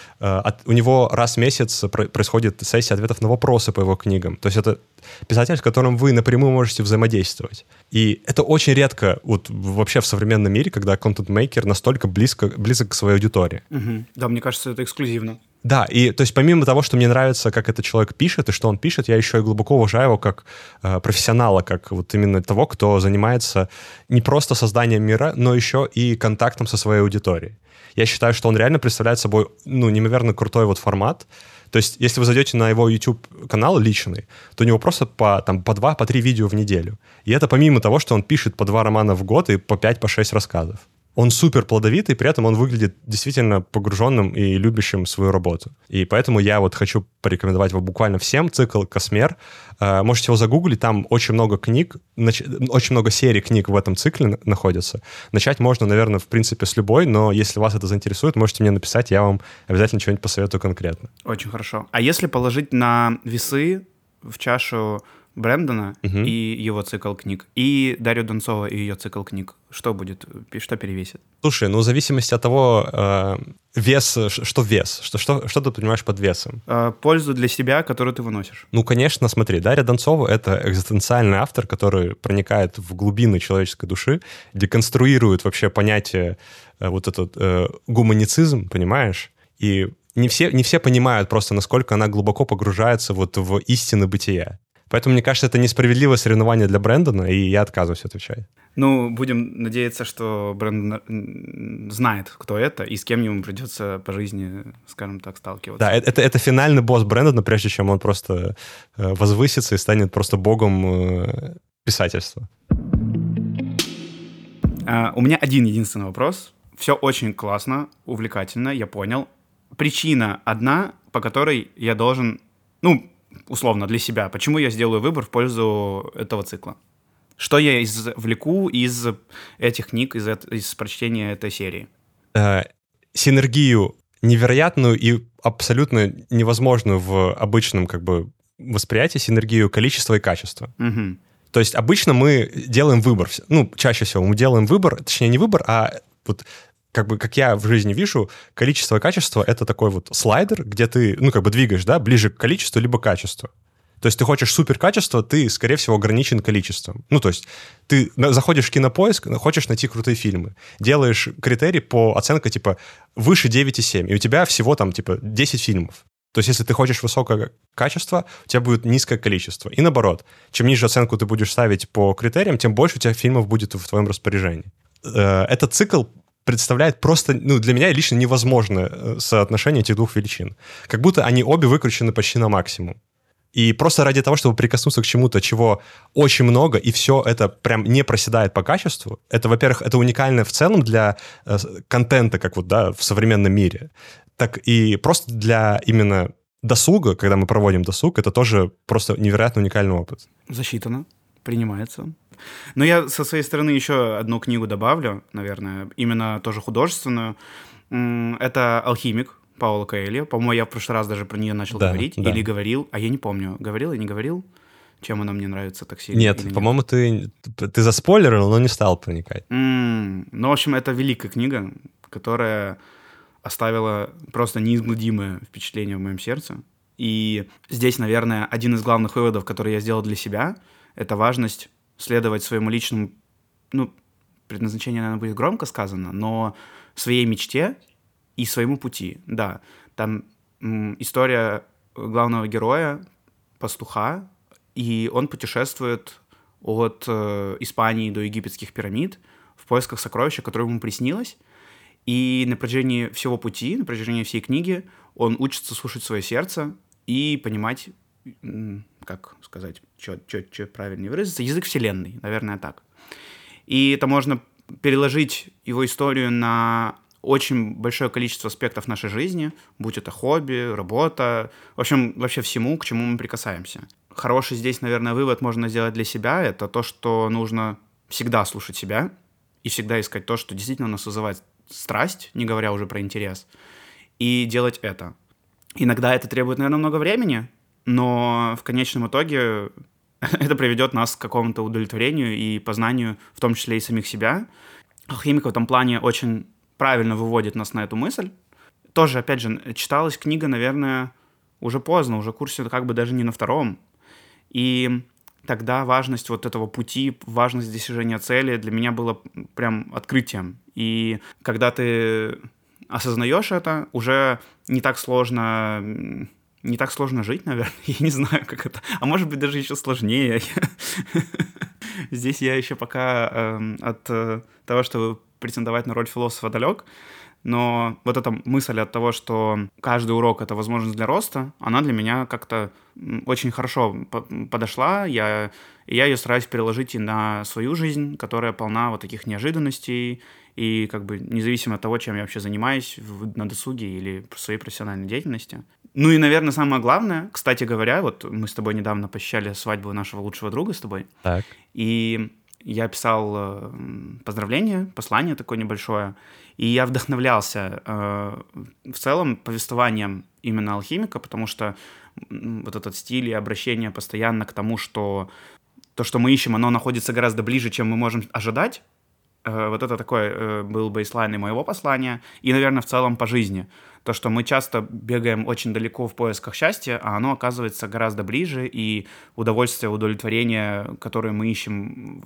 У него раз в месяц происходит сессия ответов на вопросы по его книгам. То есть это писатель, с которым вы напрямую можете взаимодействовать. И это очень редко вот вообще в современном мире, когда контент-мейкер настолько близок к своей аудитории. Да, мне кажется, это эксклюзивно. Да, и то есть помимо того, что мне нравится, как этот человек пишет и что он пишет, я еще и глубоко уважаю его как профессионала, как вот именно того, кто занимается не просто созданием мира, но еще и контактом со своей аудиторией. Я считаю, что он реально представляет собой, ну, неимоверно крутой вот формат. То есть если вы зайдете на его YouTube-канал личный, то у него просто по 2, по 3 видео в неделю. И это помимо того, что он пишет по 2 романа в год и по 5, по 6 рассказов. Он супер плодовитый, при этом он выглядит действительно погруженным и любящим свою работу. И поэтому я вот хочу порекомендовать его буквально всем. Цикл «Космер». Можете его загуглить, там очень много книг, очень много серий книг в этом цикле находится. Начать можно, наверное, в принципе, с любой, но если вас это заинтересует, можете мне написать, я вам обязательно что-нибудь посоветую конкретно. Очень хорошо. А если положить на весы в чашу Брэндона и его цикл книг, и Дарью Донцову и ее цикл книг, что будет, что перевесит? Слушай, ну в зависимости от того, вес, что вес, что ты понимаешь под весом? Пользу для себя, которую ты выносишь. Ну, конечно, смотри, Дарья Донцова — это экзистенциальный автор, который проникает в глубины человеческой души, деконструирует вообще понятие вот этот гуманицизм, понимаешь? И не все понимают просто, насколько она глубоко погружается вот в истины бытия. Поэтому, мне кажется, это несправедливое соревнование для Брэндона, и я отказываюсь отвечать. Ну, будем надеяться, что Брэндон знает, кто это, и с кем ему придется по жизни, скажем так, сталкиваться. Да, это финальный босс Брэндона, прежде чем он просто возвысится и станет просто богом писательства. У меня один единственный вопрос. Все очень классно, увлекательно, я понял. Причина одна, по которой я должен, ну, условно, для себя, почему я сделаю выбор в пользу этого цикла. Что я извлеку из этих книг, из прочтения этой серии? Синергию невероятную и абсолютно невозможную в обычном как бы восприятии, синергию количества и качества. Угу. То есть обычно мы делаем выбор, ну, чаще всего мы делаем выбор, точнее не выбор, а вот как бы, как я в жизни вижу, количество и качество — это такой вот слайдер, где ты, ну, как бы двигаешь, да, ближе к количеству либо к качеству. То есть ты хочешь суперкачество, ты, скорее всего, ограничен количеством. Ну, то есть ты заходишь в Кинопоиск, хочешь найти крутые фильмы, делаешь критерий по оценке, типа, выше 9,7, и у тебя всего там, типа, 10 фильмов. То есть если ты хочешь высокое качество, у тебя будет низкое количество. И наоборот, чем ниже оценку ты будешь ставить по критериям, тем больше у тебя фильмов будет в твоем распоряжении. Этот цикл представляет просто, ну, для меня лично невозможное соотношение этих двух величин. Как будто они обе выкручены почти на максимум. И просто ради того, чтобы прикоснуться к чему-то, чего очень много, и все это прям не проседает по качеству, это, во-первых, это уникально в целом для контента, как вот, да, в современном мире, так и просто для именно досуга, когда мы проводим досуг, это тоже просто невероятно уникальный опыт. Засчитано, принимается. Но я со своей стороны еще одну книгу добавлю, наверное, именно тоже художественную. Это «Алхимик» Пауло Коэльо. По-моему, я в прошлый раз даже про нее начал говорить. Да. Или говорил, а я не помню, говорил или не говорил, чем она мне нравится так сильно. Нет, по-моему, ты заспойлерил, но не стал проникать. Ну, в общем, это великая книга, которая оставила просто неизгладимое впечатление в моем сердце. И здесь, наверное, один из главных выводов, который я сделал для себя, это важность следовать своему личному, ну, предназначение, наверное, будет громко сказано, но своей мечте и своему пути. Да, там история главного героя, пастуха, и он путешествует от Испании до египетских пирамид в поисках сокровища, которое ему приснилось. И на протяжении всего пути, на протяжении всей книги он учится слушать свое сердце и понимать, как сказать, что правильнее выразиться, язык вселенной, наверное, так. И это можно переложить его историю на очень большое количество аспектов нашей жизни, будь это хобби, работа, в общем, вообще всему, к чему мы прикасаемся. Хороший здесь, наверное, вывод можно сделать для себя, это то, что нужно всегда слушать себя и всегда искать то, что действительно нас вызывает страсть, не говоря уже про интерес, и делать это. Иногда это требует, наверное, много времени, но в конечном итоге это приведет нас к какому-то удовлетворению и познанию, в том числе и самих себя. «Алхимик» в этом плане очень правильно выводит нас на эту мысль. Тоже, опять же, читалась книга, наверное, уже поздно, уже в курсе как бы даже не на втором. И тогда важность вот этого пути, важность достижения цели для меня была прям открытием. И когда ты осознаешь это, уже не так сложно жить, наверное. Я не знаю, как это. А может быть, даже еще сложнее. Здесь я еще пока от того, чтобы претендовать на роль философа, далек. Но вот эта мысль от того, что каждый урок — это возможность для роста, она для меня как-то очень хорошо подошла. Я ее стараюсь переложить и на свою жизнь, которая полна вот таких неожиданностей, и как бы независимо от того, чем я вообще занимаюсь на досуге или в своей профессиональной деятельности. Ну и, наверное, самое главное, кстати говоря, вот мы с тобой недавно посещали свадьбу нашего лучшего друга с тобой, Так. и я писал поздравление, послание такое небольшое, и я вдохновлялся в целом повествованием именно алхимика, потому что вот этот стиль и обращение постоянно к тому, что то, что мы ищем, оно находится гораздо ближе, чем мы можем ожидать. Вот это такой был бейслайн и моего послания, и, наверное, в целом по жизни. То, что мы часто бегаем очень далеко в поисках счастья, а оно оказывается гораздо ближе, и удовольствие, удовлетворение, которое мы ищем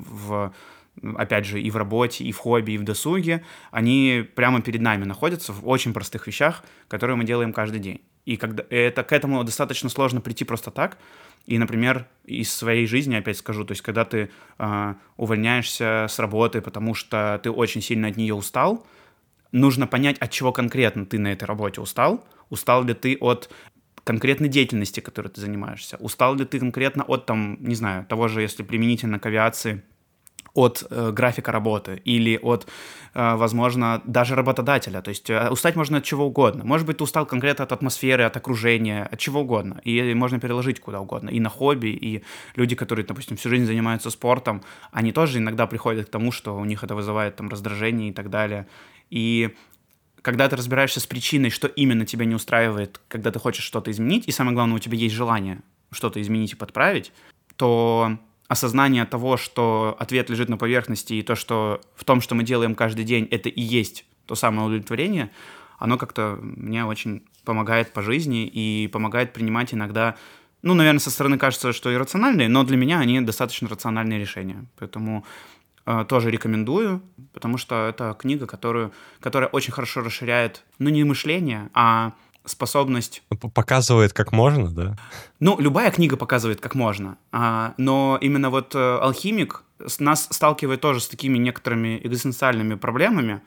опять же, и в работе, и в хобби, и в досуге, они прямо перед нами находятся в очень простых вещах, которые мы делаем каждый день. И к этому достаточно сложно прийти просто так. И, например, из своей жизни, опять скажу, то есть когда ты увольняешься с работы, потому что ты очень сильно от нее устал, нужно понять, от чего конкретно ты на этой работе устал. Устал ли ты от конкретной деятельности, которой ты занимаешься? Устал ли ты конкретно от, там, не знаю, того же, если применительно к авиации, от графика работы или от, возможно, даже работодателя. То есть устать можно от чего угодно. Может быть, ты устал конкретно от атмосферы, от окружения, от чего угодно. И можно переложить куда угодно. И на хобби, и люди, которые, допустим, всю жизнь занимаются спортом, они тоже иногда приходят к тому, что у них это вызывает там раздражение и так далее. И когда ты разбираешься с причиной, что именно тебя не устраивает, когда ты хочешь что-то изменить, и самое главное, у тебя есть желание что-то изменить и подправить, то осознание того, что ответ лежит на поверхности, и то, что в том, что мы делаем каждый день, это и есть то самое удовлетворение, оно как-то мне очень помогает по жизни и помогает принимать иногда, ну, наверное, со стороны кажется, что иррациональные, но для меня они достаточно рациональные решения. Поэтому тоже рекомендую, потому что это книга, которая очень хорошо расширяет, ну, не мышление, а способность... Показывает, как можно, да? Ну, любая книга показывает, как можно, но именно вот «Алхимик» нас сталкивает тоже с такими некоторыми экзистенциальными проблемами,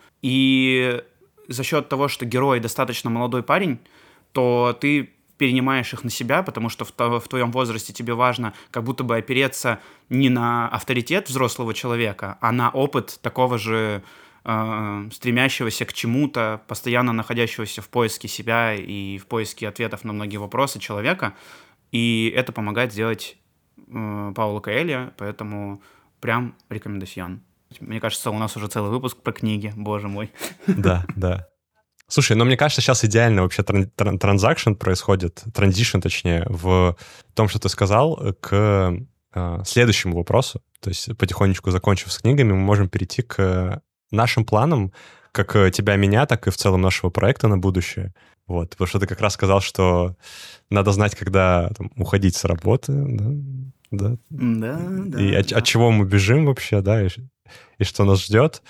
и за счет того, что герой достаточно молодой парень, то ты перенимаешь их на себя, потому что в твоем возрасте тебе важно как будто бы опереться не на авторитет взрослого человека, а на опыт такого же стремящегося к чему-то, постоянно находящегося в поиске себя и в поиске ответов на многие вопросы человека. И это помогает сделать Пауло Коэльо, поэтому прям рекомендацион. Мне кажется, у нас уже целый выпуск про книги, боже мой. Да, да. Слушай, но мне кажется, сейчас идеально вообще транзакшн происходит, транзишн, точнее, в том, что ты сказал, к следующему вопросу. То есть потихонечку закончив с книгами, мы можем перейти к нашим планам, как тебя, меня, так и в целом нашего проекта на будущее. Вот, потому что ты как раз сказал, что надо знать, когда там, уходить с работы, да? Да. И от чего мы бежим вообще, да, и что нас ждет.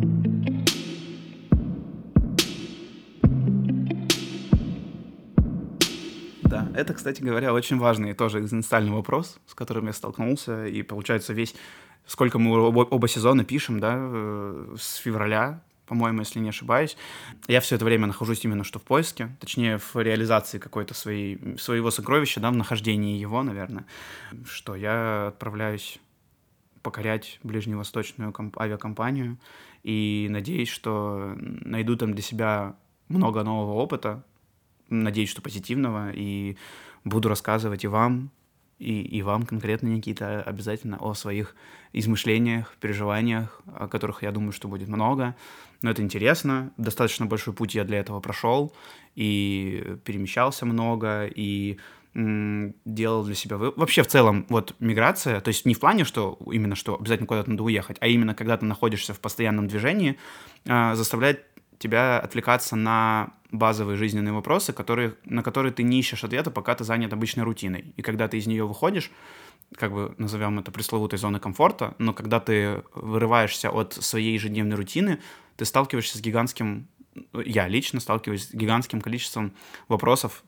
Да, это, кстати говоря, очень важный тоже экзистенциальный вопрос, с которым я столкнулся, и получается сколько мы оба сезона пишем, да, с февраля, по-моему, если не ошибаюсь. Я все это время нахожусь именно что в поиске, точнее, в реализации какой-то своего сокровища, да, в нахождении его, наверное, что я отправляюсь покорять ближневосточную авиакомпанию и надеюсь, что найду там для себя много нового опыта, надеюсь, что позитивного, и буду рассказывать и вам, и вам конкретно, Никита, обязательно о своих измышлениях, переживаниях, о которых я думаю, что будет много. Но это интересно. Достаточно большой путь я для этого прошел, и перемещался много, и делал для себя... Вообще, в целом, вот миграция, то есть не в плане, что именно что обязательно куда-то надо уехать, а именно когда ты находишься в постоянном движении, заставляет тебя отвлекаться на базовые жизненные вопросы, на которые ты не ищешь ответа, пока ты занят обычной рутиной. И когда ты из нее выходишь, как бы назовем это пресловутой зоной комфорта, но когда ты вырываешься от своей ежедневной рутины, ты сталкиваешься с гигантским я лично сталкиваюсь с гигантским количеством вопросов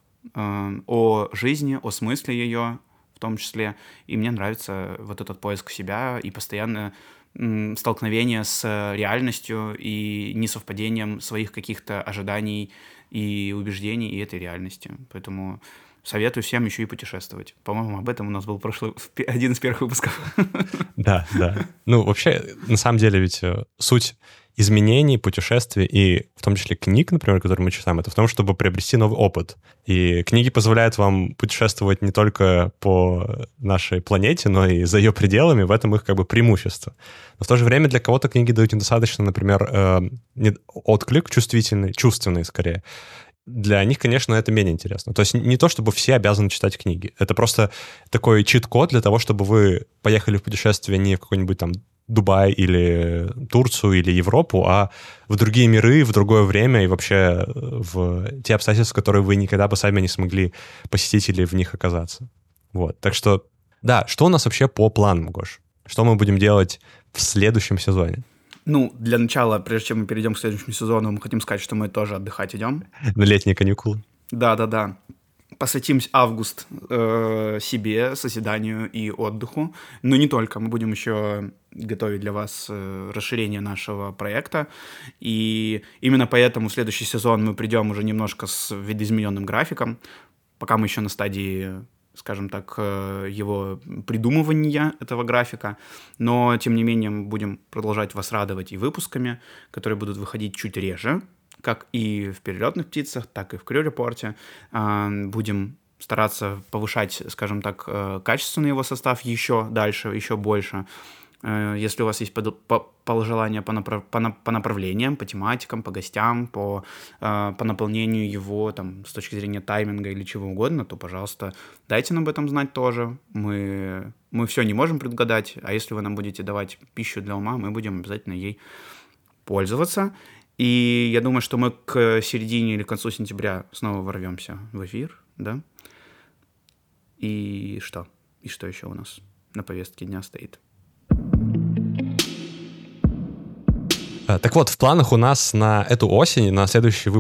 о жизни, о смысле ее в том числе. И мне нравится вот этот поиск себя и постоянное столкновение с реальностью и несовпадением своих каких-то ожиданий и убеждений и этой реальности. Поэтому советую всем еще и путешествовать. По-моему, об этом у нас был один из первых выпусков. Да, да. Ну, вообще, на самом деле, ведь суть изменений, путешествий и в том числе книг, например, которые мы читаем, это в том, чтобы приобрести новый опыт. И книги позволяют вам путешествовать не только по нашей планете, но и за ее пределами, в этом их как бы преимущество. Но в то же время для кого-то книги дают недостаточно, например, отклик чувственный скорее. Для них, конечно, это менее интересно. То есть не то, чтобы все обязаны читать книги. Это просто такой чит-код для того, чтобы вы поехали в путешествие не в какой-нибудь там Дубай или Турцию или Европу, а в другие миры, в другое время и вообще в те обстоятельства, которые вы никогда бы сами не смогли посетить или в них оказаться. Вот. Так что, да, что у нас вообще по планам, Гош? Что мы будем делать в следующем сезоне? Ну, для начала, прежде чем мы перейдем к следующему сезону, мы хотим сказать, что мы тоже отдыхать идем. На летние каникулы. Да. Посвятим август себе, созиданию и отдыху. Но не только. Мы будем еще готовить для вас расширение нашего проекта. И именно поэтому в следующий сезон мы придем уже немножко с видоизмененным графиком. Пока мы еще на стадии, скажем так, его придумывания этого графика. Но, тем не менее, мы будем продолжать вас радовать и выпусками, которые будут выходить чуть реже, как и в «Перелетных птицах», так и в «Крю-репорте». Будем стараться повышать, скажем так, качественный его состав еще дальше, еще больше. Если у вас есть пожелания по направлениям, по тематикам, по гостям, по наполнению его там, с точки зрения тайминга или чего угодно, то, пожалуйста, дайте нам об этом знать тоже. Мы все не можем предугадать, а если вы нам будете давать пищу для ума, мы будем обязательно ей пользоваться. И я думаю, что мы к середине или к концу сентября снова ворвемся в эфир, да? И что? И что еще у нас на повестке дня стоит? Так вот, в планах у нас на эту осень, на следующий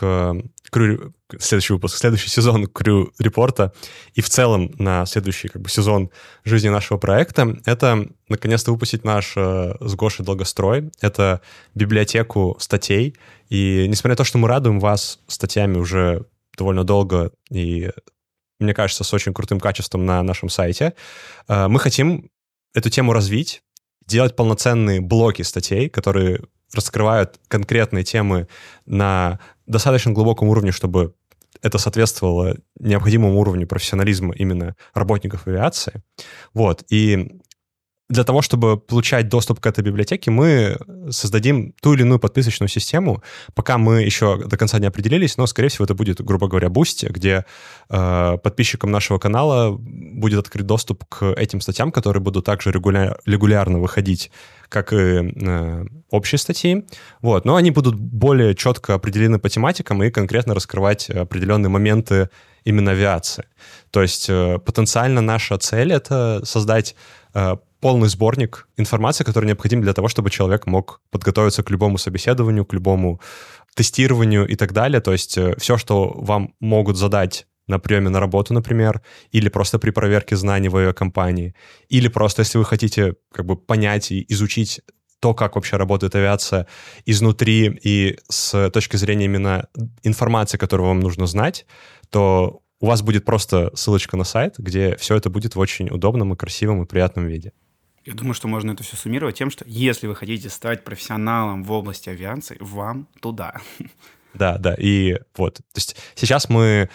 следующий сезон Крю-репорта и в целом на следующий сезон жизни нашего проекта, это наконец-то выпустить наш с Гошей долгострой. Это библиотеку статей. И несмотря на то, что мы радуем вас статьями уже довольно долго и, мне кажется, с очень крутым качеством на нашем сайте, мы хотим эту тему развить, делать полноценные блоки статей, которые раскрывают конкретные темы на достаточно глубоком уровне, чтобы это соответствовало необходимому уровню профессионализма именно работников авиации. Вот. И для того, чтобы получать доступ к этой библиотеке, мы создадим ту или иную подписочную систему. Пока мы еще до конца не определились, но, скорее всего, это будет, грубо говоря, Boosty, где подписчикам нашего канала будет открыт доступ к этим статьям, которые будут также регулярно выходить, как и общие статьи. Вот. Но они будут более четко определены по тематикам и конкретно раскрывать определенные моменты именно авиации. То есть потенциально наша цель — это создать полный сборник информации, который необходим для того, чтобы человек мог подготовиться к любому собеседованию, к любому тестированию и так далее. То есть все, что вам могут задать на приеме на работу, например, или просто при проверке знаний в авиакомпании, или просто если вы хотите понять и изучить то, как вообще работает авиация изнутри и с точки зрения именно информации, которую вам нужно знать, то у вас будет просто ссылочка на сайт, где все это будет в очень удобном и красивом и приятном виде. Я думаю, что можно это все суммировать тем, что если вы хотите стать профессионалом в области авиации, вам туда. Да, и вот. То есть сейчас мы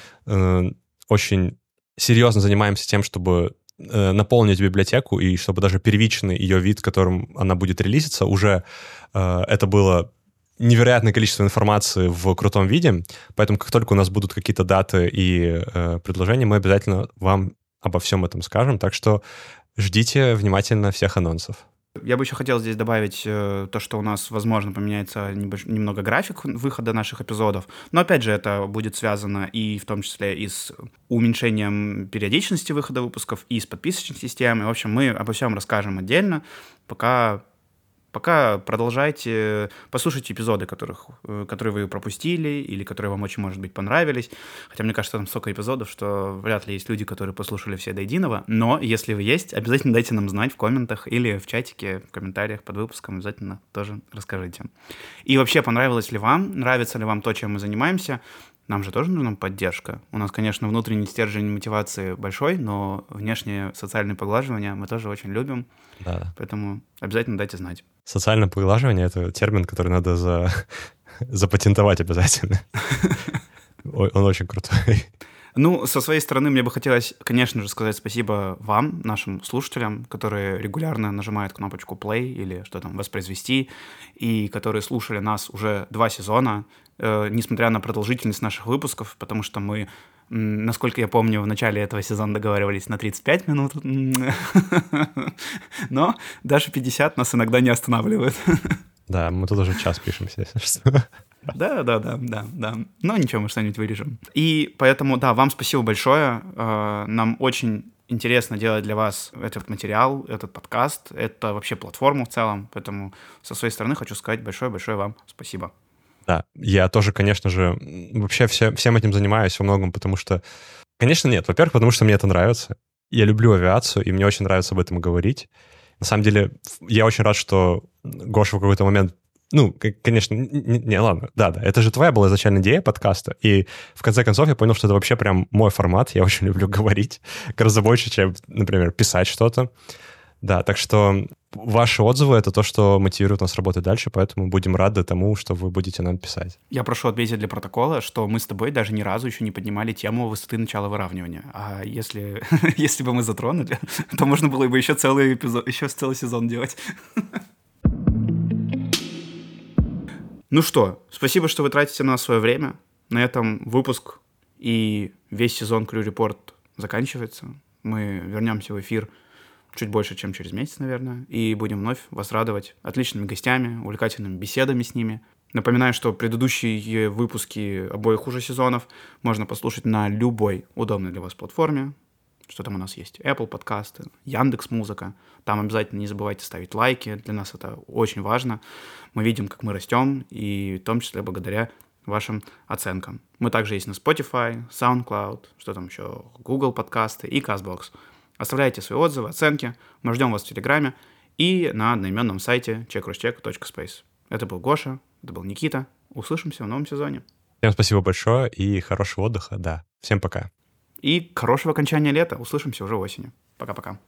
очень серьезно занимаемся тем, чтобы наполнить библиотеку, и чтобы даже первичный ее вид, которым она будет релизиться, уже это было невероятное количество информации в крутом виде. Поэтому как только у нас будут какие-то даты и предложения, мы обязательно вам обо всем этом скажем. Так что ждите внимательно всех анонсов. Я бы еще хотел здесь добавить то, что у нас, возможно, поменяется немного график выхода наших эпизодов. Но, опять же, это будет связано и в том числе и с уменьшением периодичности выхода выпусков, и с подписочной системой. В общем, мы обо всем расскажем отдельно, пока Пока продолжайте, послушайте эпизоды, которые вы пропустили или которые вам очень, может быть, понравились. Хотя, мне кажется, там столько эпизодов, что вряд ли есть люди, которые послушали все до единого. Но если вы есть, обязательно дайте нам знать в комментах или в чатике, в комментариях под выпуском. Обязательно тоже расскажите. И вообще, понравилось ли вам, нравится ли вам то, чем мы занимаемся? Нам же тоже нужна поддержка. У нас, конечно, внутренний стержень мотивации большой, но внешнее социальное поглаживание мы тоже очень любим. Да. Поэтому обязательно дайте знать. Социальное поглаживание — это термин, который надо запатентовать обязательно. Он очень крутой. Ну, со своей стороны, мне бы хотелось, конечно же, сказать спасибо вам, нашим слушателям, которые регулярно нажимают кнопочку play или что там, воспроизвести, и которые слушали нас уже 2 сезона, несмотря на продолжительность наших выпусков, потому что мы, насколько я помню, в начале этого сезона договаривались на 35 минут, но даже 50 нас иногда не останавливают. Да, мы тут уже час пишемся, если что. Да. Но ничего, мы что-нибудь вырежем. И поэтому, да, вам спасибо большое. Нам очень интересно делать для вас этот материал, этот подкаст, это вообще платформу в целом. Поэтому со своей стороны хочу сказать большое-большое вам спасибо. Да, я тоже, конечно же, вообще всем этим занимаюсь во многом, потому что... Конечно, нет. Во-первых, потому что мне это нравится. Я люблю авиацию, и мне очень нравится об этом говорить. На самом деле, я очень рад, что Гоша в какой-то момент... Ну, конечно, не, ладно, да, это же твоя была изначально идея подкаста, и в конце концов я понял, что это вообще прям мой формат, я очень люблю говорить, гораздо больше, чем, например, писать что-то. Да, так что ваши отзывы — это то, что мотивирует нас работать дальше, поэтому будем рады тому, что вы будете нам писать. Я прошу отметить для протокола, что мы с тобой даже ни разу еще не поднимали тему высоты начала выравнивания. А если бы мы затронули, то можно было бы еще целый сезон делать. Ну что, спасибо, что вы тратите на нас свое время. На этом выпуск и весь сезон Crew Report заканчивается. Мы вернемся в эфир чуть больше, чем через месяц, наверное, и будем вновь вас радовать отличными гостями, увлекательными беседами с ними. Напоминаю, что предыдущие выпуски обоих уже сезонов можно послушать на любой удобной для вас платформе. Что там у нас есть? Apple подкасты, Яндекс.Музыка. Там обязательно не забывайте ставить лайки. Для нас это очень важно. Мы видим, как мы растем, и в том числе благодаря вашим оценкам. Мы также есть на Spotify, SoundCloud, что там еще, Google подкасты и CastBox. Оставляйте свои отзывы, оценки. Мы ждем вас в Телеграме и на одноименном сайте checkruscheck.space. Это был Гоша, это был Никита. Услышимся в новом сезоне. Всем спасибо большое и хорошего отдыха. Да, всем пока. И хорошего окончания лета. Услышимся уже осенью. Пока-пока.